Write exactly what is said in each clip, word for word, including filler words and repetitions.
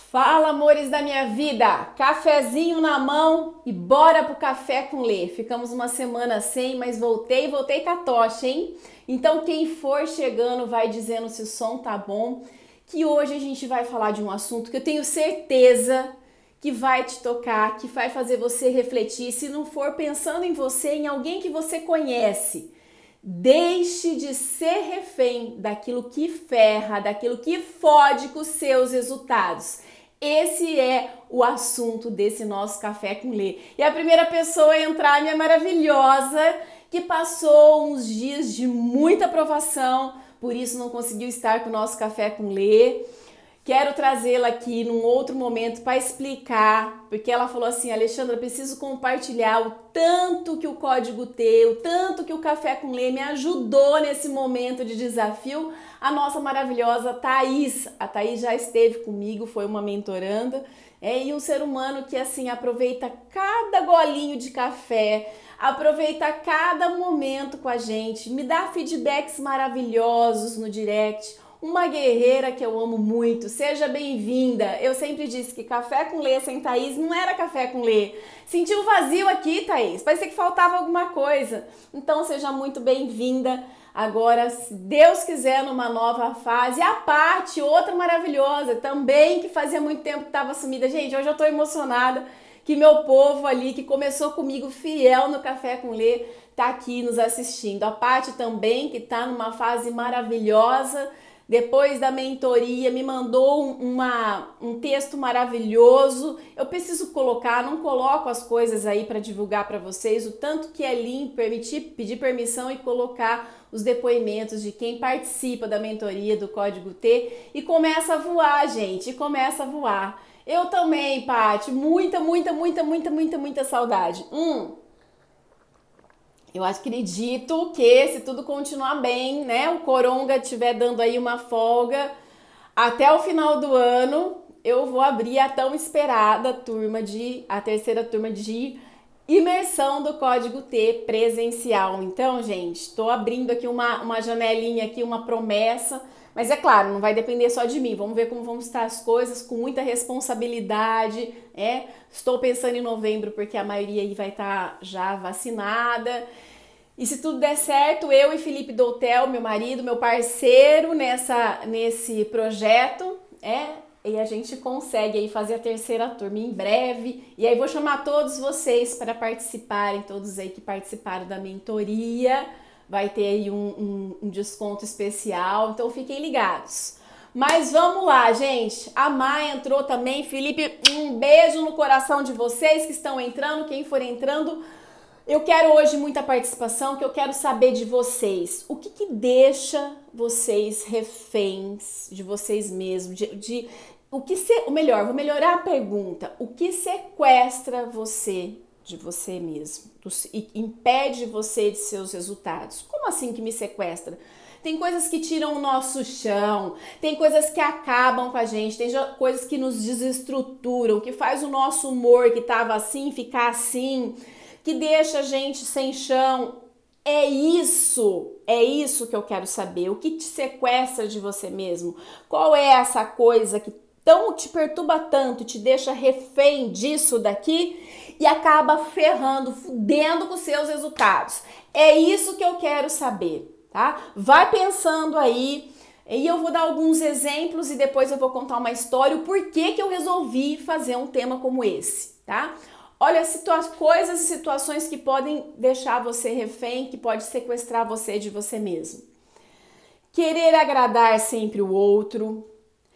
Fala, amores da minha vida! Cafezinho na mão e bora pro café com Lê. Ficamos uma semana sem, mas voltei, voltei com a tocha, hein? Então quem for chegando vai dizendo se o som tá bom, que hoje a gente vai falar de um assunto que eu tenho certeza que vai te tocar, que vai fazer você refletir, se não for pensando em você, em alguém que você conhece. Deixe de ser refém daquilo que ferra, daquilo que fode com os seus resultados. Esse é o assunto desse nosso Café com Lê. E a primeira pessoa a entrar, a minha maravilhosa, que passou uns dias de muita aprovação, por isso não conseguiu estar com o nosso Café com Lê. Quero trazê-la aqui num outro momento para explicar, porque ela falou assim: Alexandra, preciso compartilhar o tanto que o Código T, o tanto que o Café com Lê me ajudou nesse momento de desafio. A nossa maravilhosa Thaís, a Thaís já esteve comigo, foi uma mentoranda, é, e um ser humano que assim aproveita cada golinho de café, aproveita cada momento com a gente, me dá feedbacks maravilhosos no direct. Uma guerreira que eu amo muito, seja bem-vinda. Eu sempre disse que Café com Lê sem Thaís não era Café com Lê. Sentiu vazio aqui, Thaís? Parecia que faltava alguma coisa. Então seja muito bem-vinda. Agora, se Deus quiser, numa nova fase. A Paty, outra maravilhosa, também que fazia muito tempo que estava sumida. Gente, hoje eu tô emocionada que meu povo ali, que começou comigo fiel no Café com Lê, tá aqui nos assistindo. A Paty também, que tá numa fase maravilhosa. Depois da mentoria, me mandou uma, um texto maravilhoso. Eu preciso colocar, não coloco as coisas aí para divulgar para vocês, o tanto que é lindo permitir, pedir permissão e colocar os depoimentos de quem participa da mentoria do Código T e começa a voar, gente, e começa a voar. Eu também, Paty, muita, muita, muita, muita, muita, muita saudade. Hum. Eu acredito que se tudo continuar bem, né, o Coronga estiver dando aí uma folga, até o final do ano eu vou abrir a tão esperada turma de, a terceira turma de imersão do Código T presencial. Então, gente, estou abrindo aqui uma, uma janelinha aqui, uma promessa, mas é claro, não vai depender só de mim. Vamos ver como vão estar as coisas, com muita responsabilidade, é. Estou pensando em novembro, porque a maioria aí vai estar já vacinada. E se tudo der certo, eu e Felipe Doutel, meu marido, meu parceiro nessa, nesse projeto, é, e a gente consegue aí fazer a terceira turma em breve. E aí vou chamar todos vocês para participarem, todos aí que participaram da mentoria. Vai ter aí um, um, um desconto especial, então fiquem ligados. Mas vamos lá, gente. A Mai entrou também. Felipe, um beijo no coração de vocês que estão entrando. Quem for entrando, eu quero hoje muita participação, que eu quero saber de vocês. O que que deixa vocês reféns de vocês mesmos? De, de, o que se, ou melhor, vou melhorar a pergunta. O que sequestra você de você mesmo e impede você de seus resultados? Como assim que me sequestra? Tem coisas que tiram o nosso chão, tem coisas que acabam com a gente, tem coisas que nos desestruturam, que faz o nosso humor que estava assim ficar assim, que deixa a gente sem chão. É isso, é isso que eu quero saber. O que te sequestra de você mesmo? Qual é essa coisa que tão te perturba tanto, te deixa refém disso daqui e acaba ferrando, fudendo com seus resultados? É isso que eu quero saber. Tá? Vai pensando aí, e eu vou dar alguns exemplos e depois eu vou contar uma história, o porquê que eu resolvi fazer um tema como esse, tá? Olha, situa- coisas e situações que podem deixar você refém, que pode sequestrar você de você mesmo. Querer agradar sempre o outro,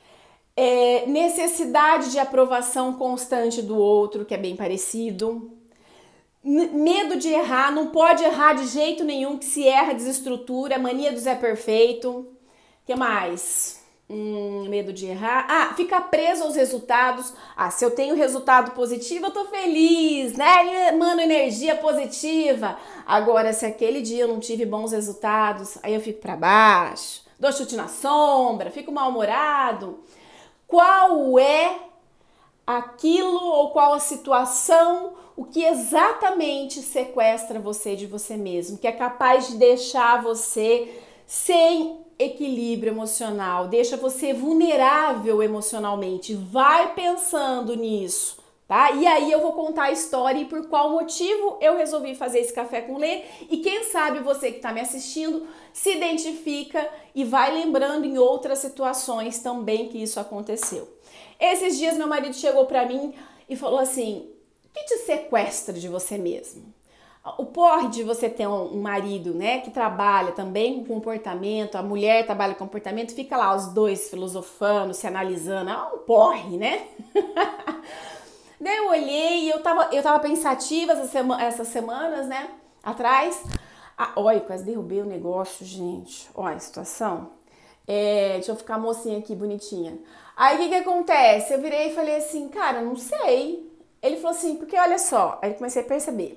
é, necessidade de aprovação constante do outro, que é bem parecido. Medo de errar, não pode errar de jeito nenhum, que se erra desestrutura, mania do Zé Perfeito. O que mais? Hum, medo de errar. Ah, ficar preso aos resultados. Ah, se eu tenho resultado positivo, eu tô feliz, né? Emano energia positiva. Agora, se aquele dia eu não tive bons resultados, aí eu fico pra baixo, dou chute na sombra, fico mal-humorado. Qual é aquilo ou qual a situação, o que exatamente sequestra você de você mesmo, que é capaz de deixar você sem equilíbrio emocional, deixa você vulnerável emocionalmente. Vai pensando nisso, tá? E aí eu vou contar a história e por qual motivo eu resolvi fazer esse café com Lê. E quem sabe você que está me assistindo se identifica e vai lembrando em outras situações também que isso aconteceu. Esses dias meu marido chegou para mim e falou assim: o que te sequestra de você mesmo? O porre de você ter um marido, né, que trabalha também com comportamento, a mulher trabalha com comportamento, fica lá os dois filosofando, se analisando, é um porre, né? Daí eu olhei e eu tava, eu tava pensativa essas, sema, essas semanas, né, atrás. Ah, olha, quase derrubei o negócio, gente. Olha a situação. É, deixa eu ficar mocinha aqui, bonitinha. Aí o que que acontece? Eu virei e falei assim, cara, não sei. Ele falou assim, porque olha só, aí eu comecei a perceber.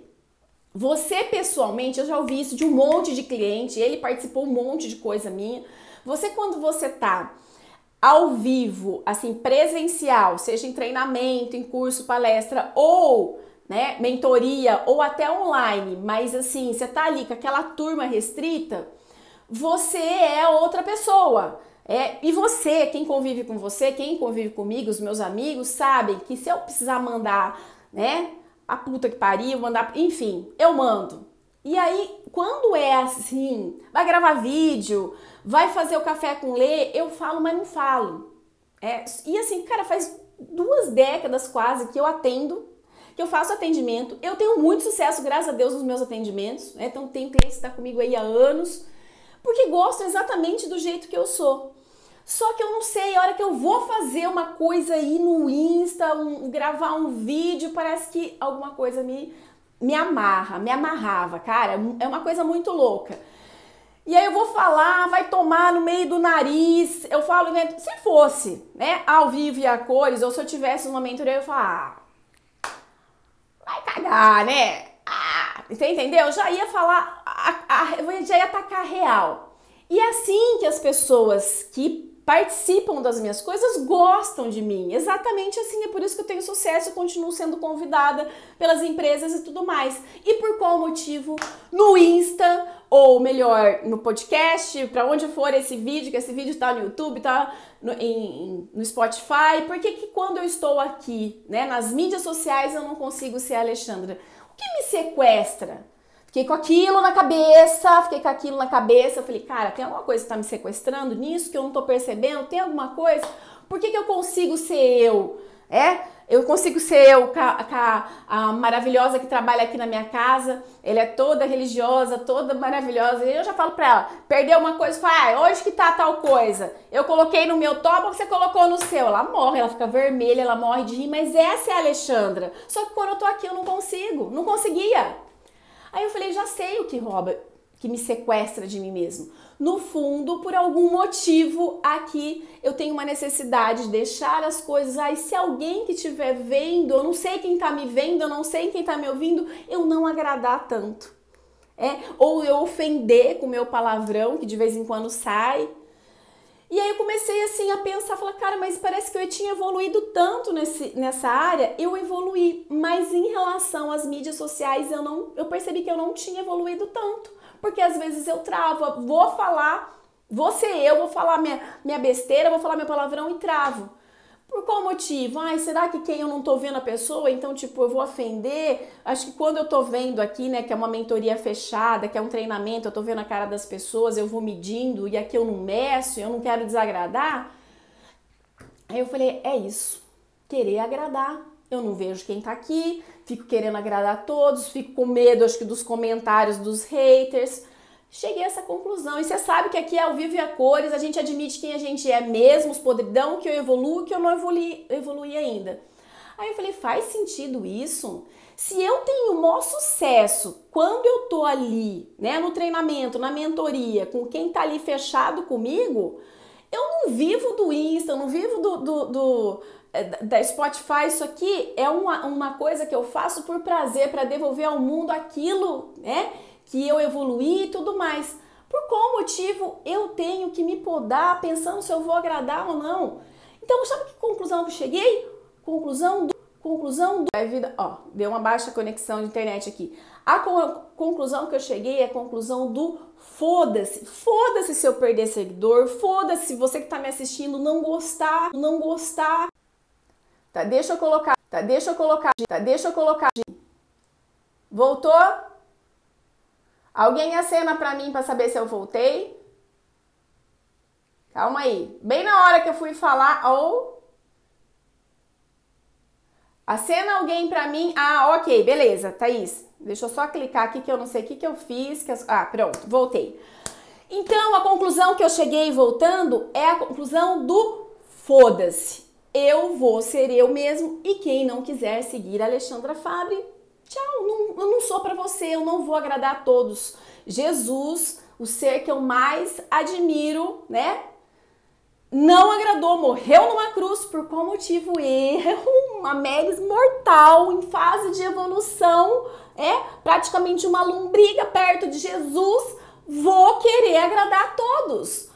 Você pessoalmente, eu já ouvi isso de um monte de cliente, ele participou um monte de coisa minha. Você quando você tá ao vivo, assim, presencial, seja em treinamento, em curso, palestra ou, né, mentoria ou até online, mas assim, você tá ali com aquela turma restrita, você é outra pessoa. É, e você, quem convive com você, quem convive comigo, os meus amigos, sabem que se eu precisar mandar, né, a puta que pariu, mandar, enfim, eu mando. E aí, quando é assim, vai gravar vídeo, vai fazer o café com Lê, eu falo, mas não falo. É, e assim, cara, faz duas décadas quase que eu atendo, que eu faço atendimento. Eu tenho muito sucesso, graças a Deus, nos meus atendimentos, né? Então, tenho clientes que estão comigo aí há anos, porque gostam exatamente do jeito que eu sou. Só que eu não sei, a hora que eu vou fazer uma coisa aí no Insta, um, gravar um vídeo, parece que alguma coisa me, me amarra, me amarrava, cara, é uma coisa muito louca. E aí eu vou falar, vai tomar no meio do nariz, eu falo, né, se fosse, né, ao vivo e a cores, ou se eu tivesse uma mentoria, eu ia falar, ah, vai cagar, né, ah, você entendeu? Eu já ia falar, a, a, eu já ia atacar real. E é assim que as pessoas que participam das minhas coisas gostam de mim, exatamente assim, é por isso que eu tenho sucesso e continuo sendo convidada pelas empresas e tudo mais. E por qual motivo? No Insta, ou melhor, no podcast, para onde for esse vídeo, que esse vídeo tá no YouTube, tá no, em, no Spotify, por que que quando eu estou aqui, né, nas mídias sociais eu não consigo ser a Alexandra? O que me sequestra? Fiquei com aquilo na cabeça, fiquei com aquilo na cabeça, eu falei, cara, tem alguma coisa que tá me sequestrando nisso que eu não tô percebendo? Tem alguma coisa? Por que que eu consigo ser eu? É? Eu consigo ser eu, com a, com a, a maravilhosa que trabalha aqui na minha casa, ela é toda religiosa, toda maravilhosa, e eu já falo pra ela, perdeu uma coisa, fala, ah, onde que tá tal coisa? Eu coloquei no meu top ou você colocou no seu? Ela morre, ela fica vermelha, ela morre de rir, mas essa é a Alexandra. Só que quando eu tô aqui eu não consigo, não conseguia. Aí eu falei, já sei o que rouba, que me sequestra de mim mesmo. No fundo, por algum motivo, aqui eu tenho uma necessidade de deixar as coisas. Aí, se alguém que estiver vendo, eu não sei quem tá me vendo, eu não sei quem tá me ouvindo, eu não agradar tanto. É? Ou eu ofender com o meu palavrão, que de vez em quando sai. E aí eu comecei assim a pensar, falar, cara, mas parece que eu tinha evoluído tanto nesse, nessa área, eu evoluí, mas em relação às mídias sociais eu não, eu percebi que eu não tinha evoluído tanto, porque às vezes eu travo, vou falar, vou ser eu, vou falar minha, minha besteira, vou falar meu palavrão e travo. Por qual motivo? Ai, será que quem eu não tô vendo a pessoa, então, tipo, eu vou ofender? Acho que quando eu tô vendo aqui, né, que é uma mentoria fechada, que é um treinamento, eu tô vendo a cara das pessoas, eu vou medindo e aqui eu não meço, eu não quero desagradar. Aí eu falei, é isso, querer agradar. Eu não vejo quem tá aqui, fico querendo agradar a todos, fico com medo, acho que dos comentários dos haters. Cheguei a essa conclusão. E você sabe que aqui é ao vivo e a cores, a gente admite quem a gente é mesmo, os podridão, que eu evoluo, que eu não evolui, evolui ainda. Aí eu falei, faz sentido isso? Se eu tenho o maior sucesso quando eu tô ali, né, no treinamento, na mentoria, com quem tá ali fechado comigo, eu não vivo do Insta, eu não vivo do, do, do da Spotify. Isso aqui é uma, uma coisa que eu faço por prazer, para devolver ao mundo aquilo, né, que eu evoluí e tudo mais. Por qual motivo eu tenho que me podar pensando se eu vou agradar ou não? Então, sabe que conclusão que eu cheguei? Conclusão do... Conclusão do... É vida, ó, deu uma baixa conexão de internet aqui. A co conclusão que eu cheguei é a conclusão do Foda-se, foda-se se eu perder seguidor, foda-se você que tá me assistindo não gostar, não gostar. Tá, deixa eu colocar, tá, deixa eu colocar, tá, deixa eu colocar. Voltou? Alguém acena pra mim pra saber se eu voltei? Calma aí. Bem na hora que eu fui falar, ou... Acena alguém pra mim. Ah, ok, beleza, Thaís. Deixa eu só clicar aqui que eu não sei o que, que eu fiz. Que eu... Ah, pronto, voltei. Então, a conclusão que eu cheguei voltando é a conclusão do foda-se. Eu vou ser eu mesmo e quem não quiser seguir a Alexandra Fabre, tchau, não, eu não sou pra você, eu não vou agradar a todos. Jesus, o ser que eu mais admiro, né? Não agradou, morreu numa cruz. Por qual motivo? Eu, uma Melis mortal em fase de evolução, é praticamente uma lombriga perto de Jesus, vou querer agradar a todos.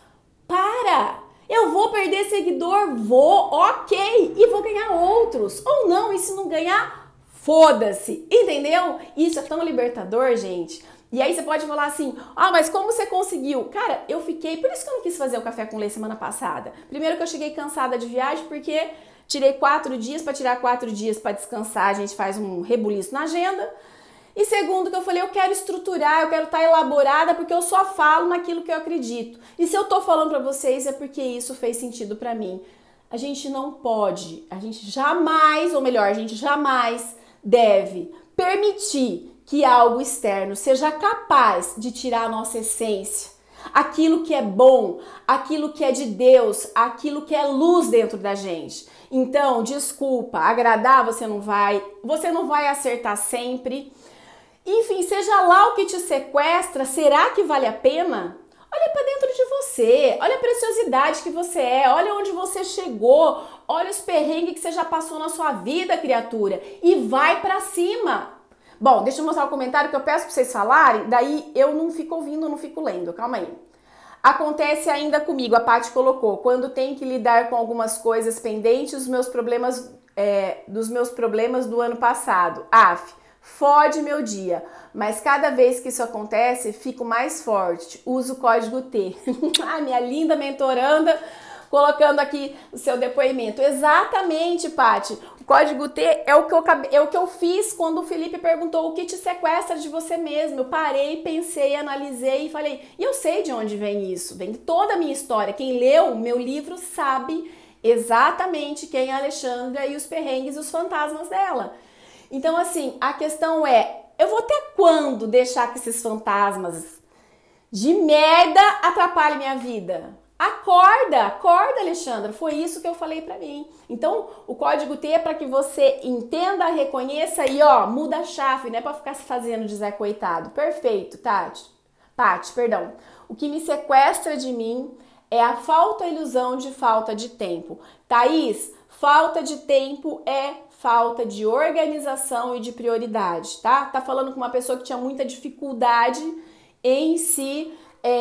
Para! Eu vou perder seguidor? Vou, ok, e vou ganhar outros. Ou não, e se não ganhar, foda-se, entendeu? Isso é tão libertador, gente. E aí você pode falar assim, ah, mas como você conseguiu? Cara, eu fiquei, por isso que eu não quis fazer o Café com Lê semana passada. Primeiro que eu cheguei cansada de viagem, porque tirei quatro dias, para tirar quatro dias para descansar, a gente faz um rebuliço na agenda. E segundo que eu falei, eu quero estruturar, eu quero estar elaborada, porque eu só falo naquilo que eu acredito. E se eu tô falando para vocês é porque isso fez sentido para mim. A gente não pode, a gente jamais, ou melhor, a gente jamais deve permitir que algo externo seja capaz de tirar a nossa essência, aquilo que é bom, aquilo que é de Deus, aquilo que é luz dentro da gente. Então, desculpa, agradar você não vai, você não vai acertar sempre. Enfim, seja lá o que te sequestra, será que vale a pena? Olha para dentro de você, olha a preciosidade que você é, olha onde você chegou, olha os perrengues que você já passou na sua vida, criatura, e vai para cima. Bom, deixa eu mostrar o comentário que eu peço para vocês falarem, daí eu não fico ouvindo, não fico lendo, calma aí. Acontece ainda comigo, a Paty colocou, quando tem que lidar com algumas coisas pendentes, os meus problemas, é, dos meus problemas do ano passado. Af, fode meu dia, mas cada vez que isso acontece, fico mais forte, uso o código T. Ah, minha linda mentoranda, colocando aqui o seu depoimento. Exatamente, Paty. O código T é o, que eu, é o que eu fiz quando o Felipe perguntou o que te sequestra de você mesmo. Eu parei, pensei, analisei e falei, e eu sei de onde vem isso. Vem toda a minha história. Quem leu meu livro sabe exatamente quem é a Alexandra e os perrengues e os fantasmas dela. Então, assim, a questão é, eu vou até quando deixar que esses fantasmas de merda atrapalhem minha vida? Acorda, acorda, Alexandra, foi isso que eu falei pra mim. Então, o código T é para que você entenda, reconheça e, ó, muda a chave, não é pra ficar se fazendo de Zé Coitado. Perfeito, Tati. Paty, perdão. O que me sequestra de mim é a falta, a ilusão de falta de tempo. Thaís, falta de tempo é falta de organização e de prioridade, tá? Tá falando com uma pessoa que tinha muita dificuldade em se...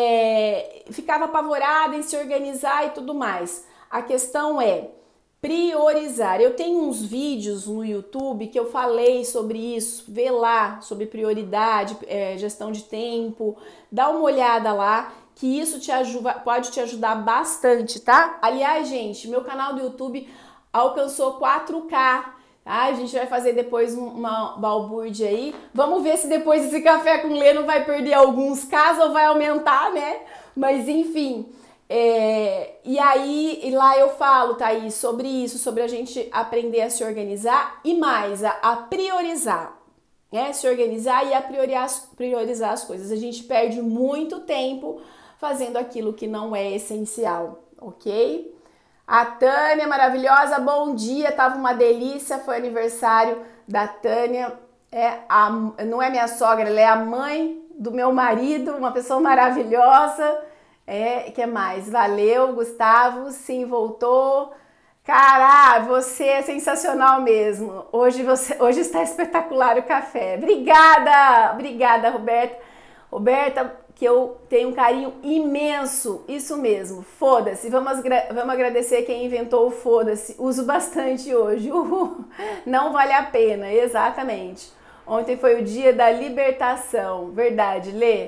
É, ficava apavorada em se organizar e tudo mais. A questão é priorizar. Eu tenho uns vídeos no YouTube que eu falei sobre isso, vê lá, sobre prioridade, é, gestão de tempo, dá uma olhada lá, que isso te ajuda, pode te ajudar bastante, tá? Aliás, gente, meu canal do YouTube alcançou quatro K. Ah, a gente vai fazer depois uma balbúrdia aí. Vamos ver se depois esse Café com Lê não vai perder alguns casos ou vai aumentar, né? Mas enfim, é... e aí e lá eu falo, Thaís, sobre isso, sobre a gente aprender a se organizar e mais, a, a priorizar, né? Se organizar e a priorizar, priorizar as coisas. A gente perde muito tempo fazendo aquilo que não é essencial, ok? A Tânia, maravilhosa, bom dia, tava uma delícia, foi aniversário da Tânia, é a, não é minha sogra, ela é a mãe do meu marido, uma pessoa maravilhosa, é, que mais? Valeu, Gustavo, sim, voltou, cara, você é sensacional mesmo, hoje, você, hoje está espetacular o café, obrigada, obrigada, Roberta, Roberta, que eu tenho um carinho imenso, isso mesmo, foda-se, vamos, vamos agradecer quem inventou o foda-se, uso bastante hoje, uhul, não vale a pena, exatamente. Ontem foi o dia da libertação, verdade, Lê?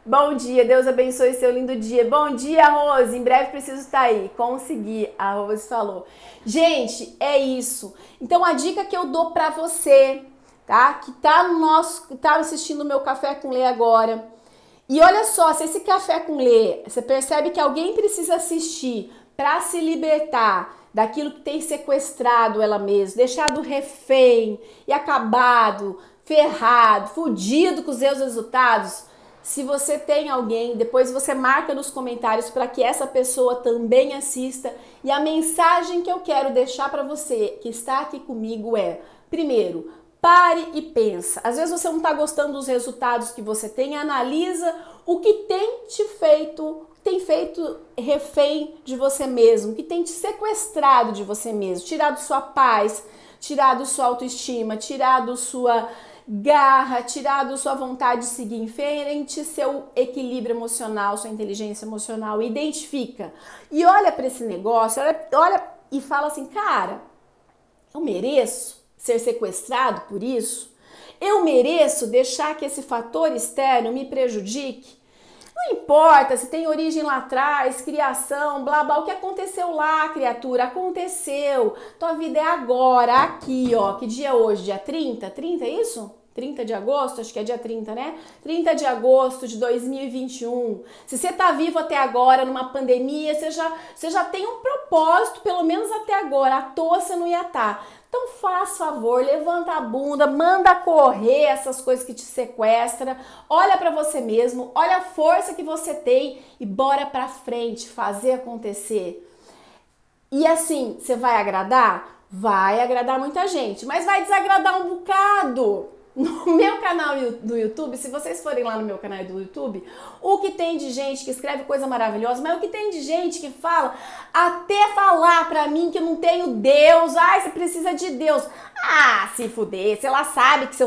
Bom dia, Deus abençoe seu lindo dia. Bom dia, Rose. Em breve preciso estar aí. Consegui, a Rose falou. Gente, é isso. Então a dica que eu dou pra você, tá? Que tá no nosso, que tá assistindo o meu Café com Lê agora. E olha só, se esse Café com Lê, você percebe que alguém precisa assistir pra se libertar daquilo que tem sequestrado ela mesma, deixado refém e acabado, ferrado, fudido com os seus resultados. Se você tem alguém, depois você marca nos comentários para que essa pessoa também assista. E a mensagem que eu quero deixar para você que está aqui comigo é: primeiro, pare e pensa. Às vezes você não está gostando dos resultados que você tem, analisa o que tem te feito, tem feito refém de você mesmo, que tem te sequestrado de você mesmo, tirado sua paz, tirado sua autoestima, tirado sua garra, tirado sua vontade de seguir em frente, seu equilíbrio emocional, sua inteligência emocional. Identifica e olha para esse negócio, olha, olha e fala assim: cara, eu mereço ser sequestrado por isso? Eu mereço deixar que esse fator externo me prejudique? Não importa se tem origem lá atrás, criação, blá blá, o que aconteceu lá, criatura, aconteceu. Tua vida é agora, aqui, ó. Que dia é hoje? Dia trinta? trinta, é isso? trinta de agosto? Acho que é dia trinta, né? trinta de agosto de dois mil e vinte e um. Se você tá vivo até agora numa pandemia, você já, você já tem um propósito, pelo menos até agora. À toa você não ia estar. Então faz favor, levanta a bunda, manda correr essas coisas que te sequestram, olha para você mesmo, olha a força que você tem e bora pra frente, fazer acontecer. E assim, você vai agradar? Vai agradar muita gente, mas vai desagradar um bocado. No meu canal do YouTube, se vocês forem lá no meu canal do YouTube, o que tem de gente que escreve coisa maravilhosa, mas o que tem de gente que fala, até falar pra mim que eu não tenho Deus, ai, você precisa de Deus. Ah, se fuder, se ela sabe que se eu,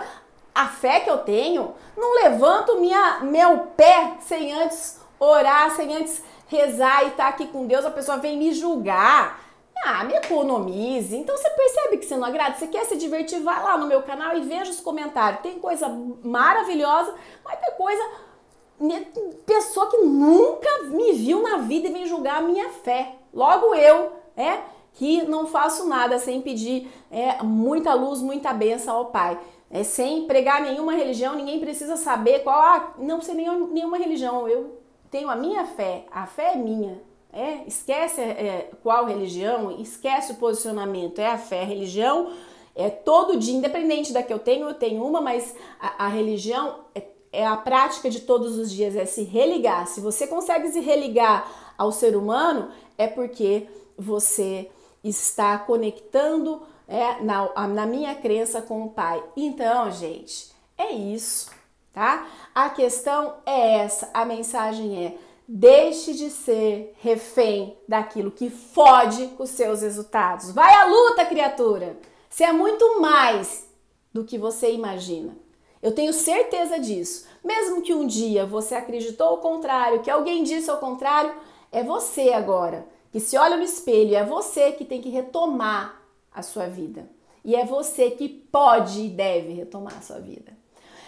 a fé que eu tenho, não levanto minha, meu pé sem antes orar, sem antes rezar e estar aqui com Deus, a pessoa vem me julgar. Ah, me economize. Então você percebe que você não agrada? Você quer se divertir? Vai lá no meu canal e veja os comentários. Tem coisa maravilhosa, mas tem coisa... Pessoa que nunca me viu na vida e vem julgar a minha fé. Logo eu, é, que não faço nada sem pedir é, muita luz, muita bênção ao Pai. É, sem pregar nenhuma religião, ninguém precisa saber qual... Ah, não sei nenhuma, nenhuma religião. Eu tenho a minha fé. A fé é minha. É, esquece é, qual religião, esquece o posicionamento, é a fé, a religião é todo dia, independente da que eu tenho, eu tenho uma, mas a, a religião é, é a prática de todos os dias, é se religar. Se você consegue se religar ao ser humano, é porque você está conectando é, na, na minha crença com o Pai. Então, gente, é isso, tá? A questão é essa, a mensagem é: deixe de ser refém daquilo que fode os seus resultados. Vai à luta, criatura! Você é muito mais do que você imagina. Eu tenho certeza disso. Mesmo que um dia você acreditou o contrário, que alguém disse ao contrário, é você agora que se olha no espelho, é você que tem que retomar a sua vida. E é você que pode e deve retomar a sua vida.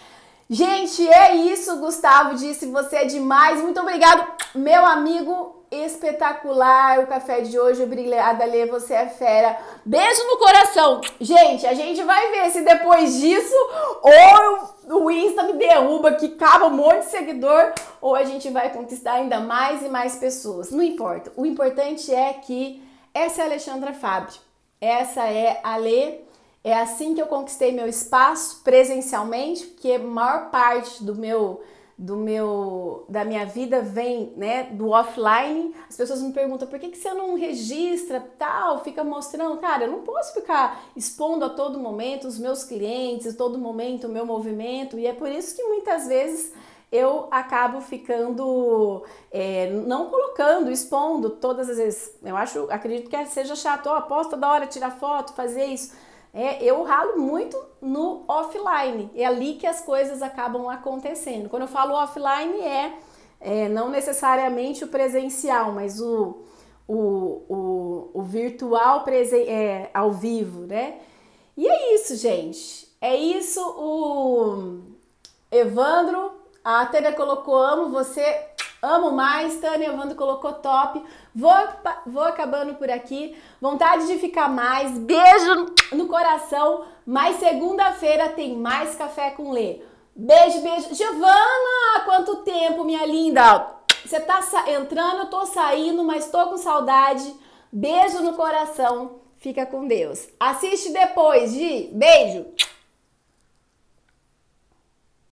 Gente, é isso, Gustavo disse, você é demais, muito obrigado, meu amigo espetacular, o café de hoje, obrigada, Lê, você é fera, beijo no coração. Gente, a gente vai ver se depois disso ou o Insta me derruba, que acaba um monte de seguidor, ou a gente vai conquistar ainda mais e mais pessoas, não importa, o importante é que essa é a Alexandra Fábio, essa é a Lê. É assim que eu conquistei meu espaço presencialmente, porque a maior parte do meu, do meu, da minha vida vem, né, do offline. As pessoas me perguntam por que, que você não registra, tal, fica mostrando. Cara, eu não posso ficar expondo a todo momento os meus clientes, a todo momento o meu movimento, e é por isso que muitas vezes eu acabo ficando, é, não colocando, expondo todas as vezes. Eu acho, acredito que seja chato, ó, posta da hora, tirar foto, fazer isso. É, eu ralo muito no offline, é ali que as coisas acabam acontecendo. Quando eu falo offline é, é não necessariamente o presencial, mas o, o, o, o virtual presen é, ao vivo, né? E é isso, gente. É isso, o Evandro, A Tânia colocou amo você, amo mais. Tânia Wanda colocou top. Vou, vou acabando por aqui. Vontade de ficar mais. Beijo no coração. Mas segunda-feira tem mais Café com Lê. Beijo, beijo. Giovana, quanto tempo, minha linda. Você tá entrando, eu tô saindo, mas tô com saudade. Beijo no coração. Fica com Deus. Assiste depois, Gi. Beijo.